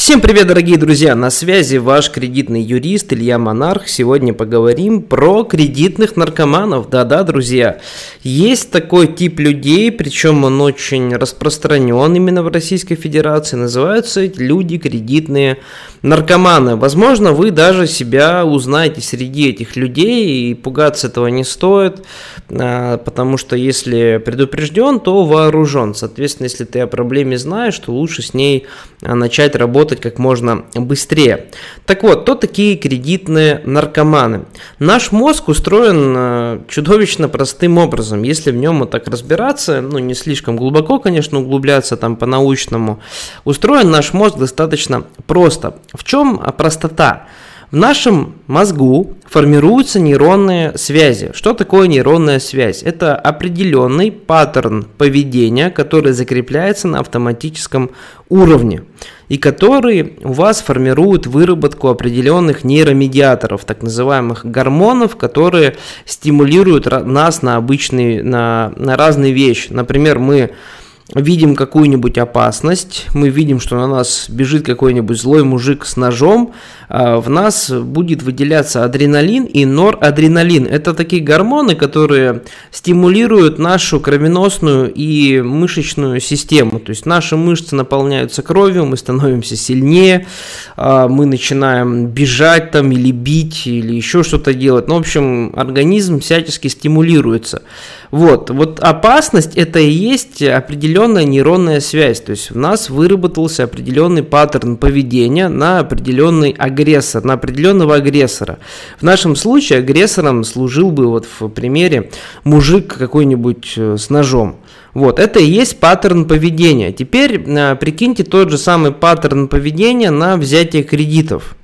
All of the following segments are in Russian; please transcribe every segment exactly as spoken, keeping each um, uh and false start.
Всем привет, дорогие друзья! На связи ваш кредитный юрист Илья Монарх. Сегодня поговорим про кредитных наркоманов. Да-да, друзья, есть такой тип людей, причем он очень распространен именно в Российской Федерации. Называются эти люди кредитные наркоманы. Возможно, вы даже себя узнаете среди этих людей, и пугаться этого не стоит, потому что если предупрежден, то вооружен. Соответственно, если ты о проблеме знаешь, то лучше с ней начать работать как можно быстрее. Так вот, кто такие кредитные наркоманы? Наш мозг устроен чудовищно простым образом. Если в нем вот так разбираться, ну не слишком глубоко, конечно, углубляться там по-научному, устроен наш мозг достаточно просто. В чем простота? В нашем мозгу формируются нейронные связи. Что такое нейронная связь? Это определенный паттерн поведения, который закрепляется на автоматическом уровне и который у вас формирует выработку определенных нейромедиаторов, так называемых гормонов, которые стимулируют нас на обычные, на, на разные вещи. Например, мы видим какую-нибудь опасность, мы видим, что на нас бежит какой-нибудь злой мужик с ножом, в нас будет выделяться адреналин и норадреналин. Это такие гормоны, которые стимулируют нашу кровеносную и мышечную систему. То есть наши мышцы наполняются кровью, мы становимся сильнее, мы начинаем бежать там или бить, или еще что-то делать. Ну, в общем, организм всячески стимулируется. Вот, вот опасность – это и есть определенная нейронная связь, то есть у нас выработался определенный паттерн поведения на определенный агрессор, на определенного агрессора. В нашем случае агрессором служил бы вот в примере мужик какой-нибудь с ножом. Вот, это и есть паттерн поведения. Теперь прикиньте тот же самый паттерн поведения на взятие кредитов.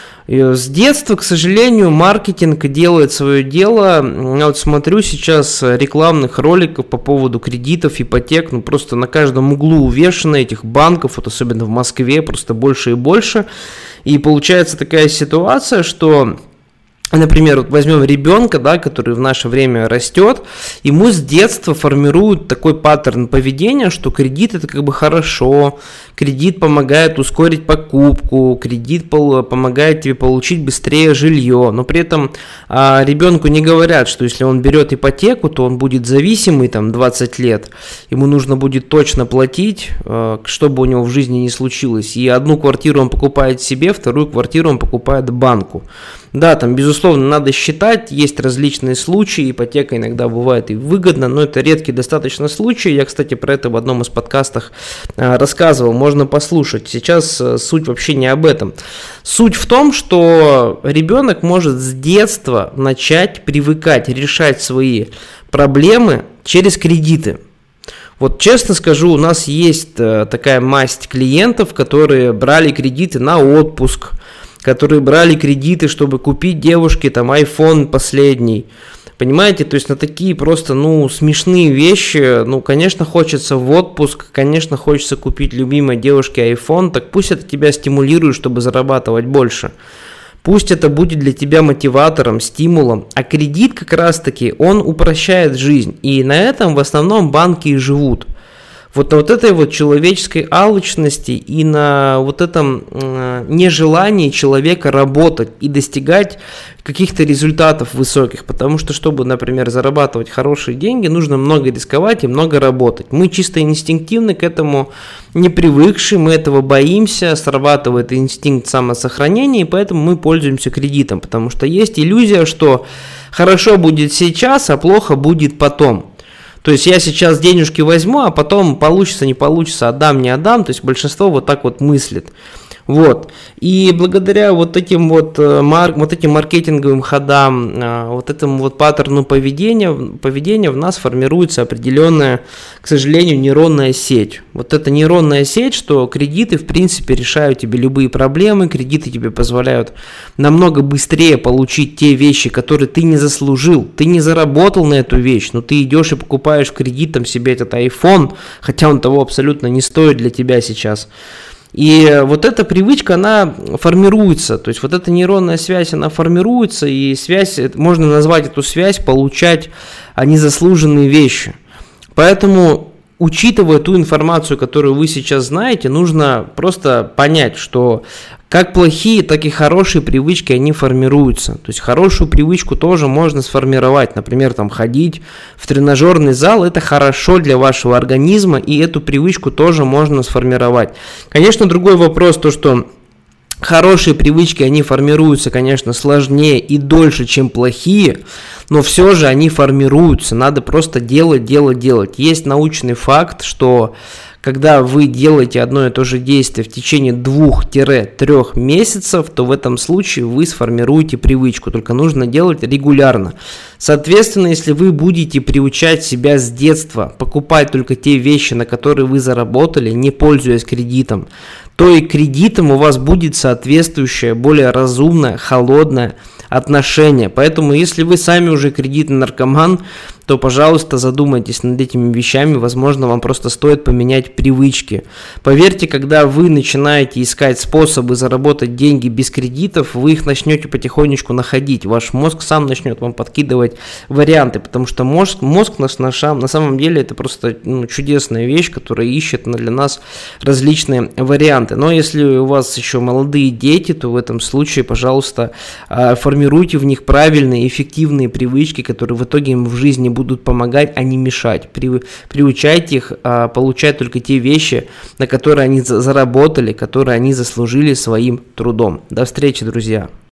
С детства, к сожалению, маркетинг делает свое дело. Я вот смотрю сейчас рекламных роликов по поводу кредитов, ипотек, ну просто на каждом углу увешано этих банков, вот особенно в Москве, просто больше и больше. И получается такая ситуация, что... Например, вот возьмем ребенка, да, который в наше время растет, ему с детства формируют такой паттерн поведения, что кредит это как бы хорошо, кредит помогает ускорить покупку, кредит помогает тебе получить быстрее жилье, но при этом а, ребенку не говорят, что если он берет ипотеку, то он будет зависимый там двадцать лет, ему нужно будет точно платить, а, что бы у него в жизни не случилось, и одну квартиру он покупает себе, вторую квартиру он покупает банку. Да, там, безусловно, надо считать, есть различные случаи, ипотека иногда бывает и выгодно, но это редкий достаточно случай. Я, кстати, про это в одном из подкастов а, рассказывал, можно послушать. Сейчас а, суть вообще не об этом. Суть в том, что ребенок может с детства начать привыкать решать свои проблемы через кредиты. Вот честно скажу, у нас есть а, такая масть клиентов, которые брали кредиты на отпуск, которые брали кредиты, чтобы купить девушке там iPhone последний. Понимаете, то есть на такие просто, ну, смешные вещи, ну, конечно, хочется в отпуск, конечно, хочется купить любимой девушке iPhone, так пусть это тебя стимулирует, чтобы зарабатывать больше. Пусть это будет для тебя мотиватором, стимулом, а кредит как раз-таки, он упрощает жизнь, и на этом в основном банки и живут. Вот на вот этой вот человеческой алчности и на вот этом э, нежелании человека работать и достигать каких-то результатов высоких, потому что, чтобы, например, зарабатывать хорошие деньги, нужно много рисковать и много работать. Мы чисто инстинктивно к этому не привыкшие, мы этого боимся, срабатывает инстинкт самосохранения, и поэтому мы пользуемся кредитом, потому что есть иллюзия, что хорошо будет сейчас, а плохо будет потом. То есть я сейчас денежки возьму, а потом получится, не получится, отдам, не отдам. То есть большинство вот так вот мыслит. Вот. И благодаря вот этим вот, мар- вот этим маркетинговым ходам, вот этому вот паттерну поведения, поведения в нас формируется определенная, к сожалению, нейронная сеть. Вот эта нейронная сеть, что кредиты в принципе решают тебе любые проблемы, кредиты тебе позволяют намного быстрее получить те вещи, которые ты не заслужил, ты не заработал на эту вещь, но ты идешь и покупаешь в кредит там себе этот iPhone, хотя он того абсолютно не стоит для тебя сейчас. И вот эта привычка, она формируется, то есть вот эта нейронная связь, она формируется, и связь, можно назвать эту связь, получать незаслуженные вещи. Поэтому учитывая ту информацию, которую вы сейчас знаете, нужно просто понять, что как плохие, так и хорошие привычки, они формируются. То есть хорошую привычку тоже можно сформировать. Например, там ходить в тренажерный зал, это хорошо для вашего организма, и эту привычку тоже можно сформировать. Конечно, другой вопрос, то что хорошие привычки, они формируются, конечно, сложнее и дольше, чем плохие, но все же они формируются. Надо просто делать, делать, делать. Есть научный факт, что когда вы делаете одно и то же действие в течение двух-трех месяцев, то в этом случае вы сформируете привычку, только нужно делать регулярно. Соответственно, если вы будете приучать себя с детства покупать только те вещи, на которые вы заработали, не пользуясь кредитом, то и к кредитам у вас будет соответствующее, более разумное, холодное отношение. Поэтому, если вы сами уже кредитный наркоман, то, пожалуйста, задумайтесь над этими вещами. Возможно, вам просто стоит поменять привычки. Поверьте, когда вы начинаете искать способы заработать деньги без кредитов, вы их начнете потихонечку находить. Ваш мозг сам начнет вам подкидывать варианты, потому что мозг, мозг на, на самом деле это просто ну, чудесная вещь, которая ищет для нас различные варианты. Но если у вас еще молодые дети, то в этом случае, пожалуйста, формируйте в них правильные, эффективные привычки, которые в итоге им в жизни будут помогать, а не мешать. При, приучайте их а, получать только те вещи, на которые они за, заработали, которые они заслужили своим трудом. До встречи, друзья!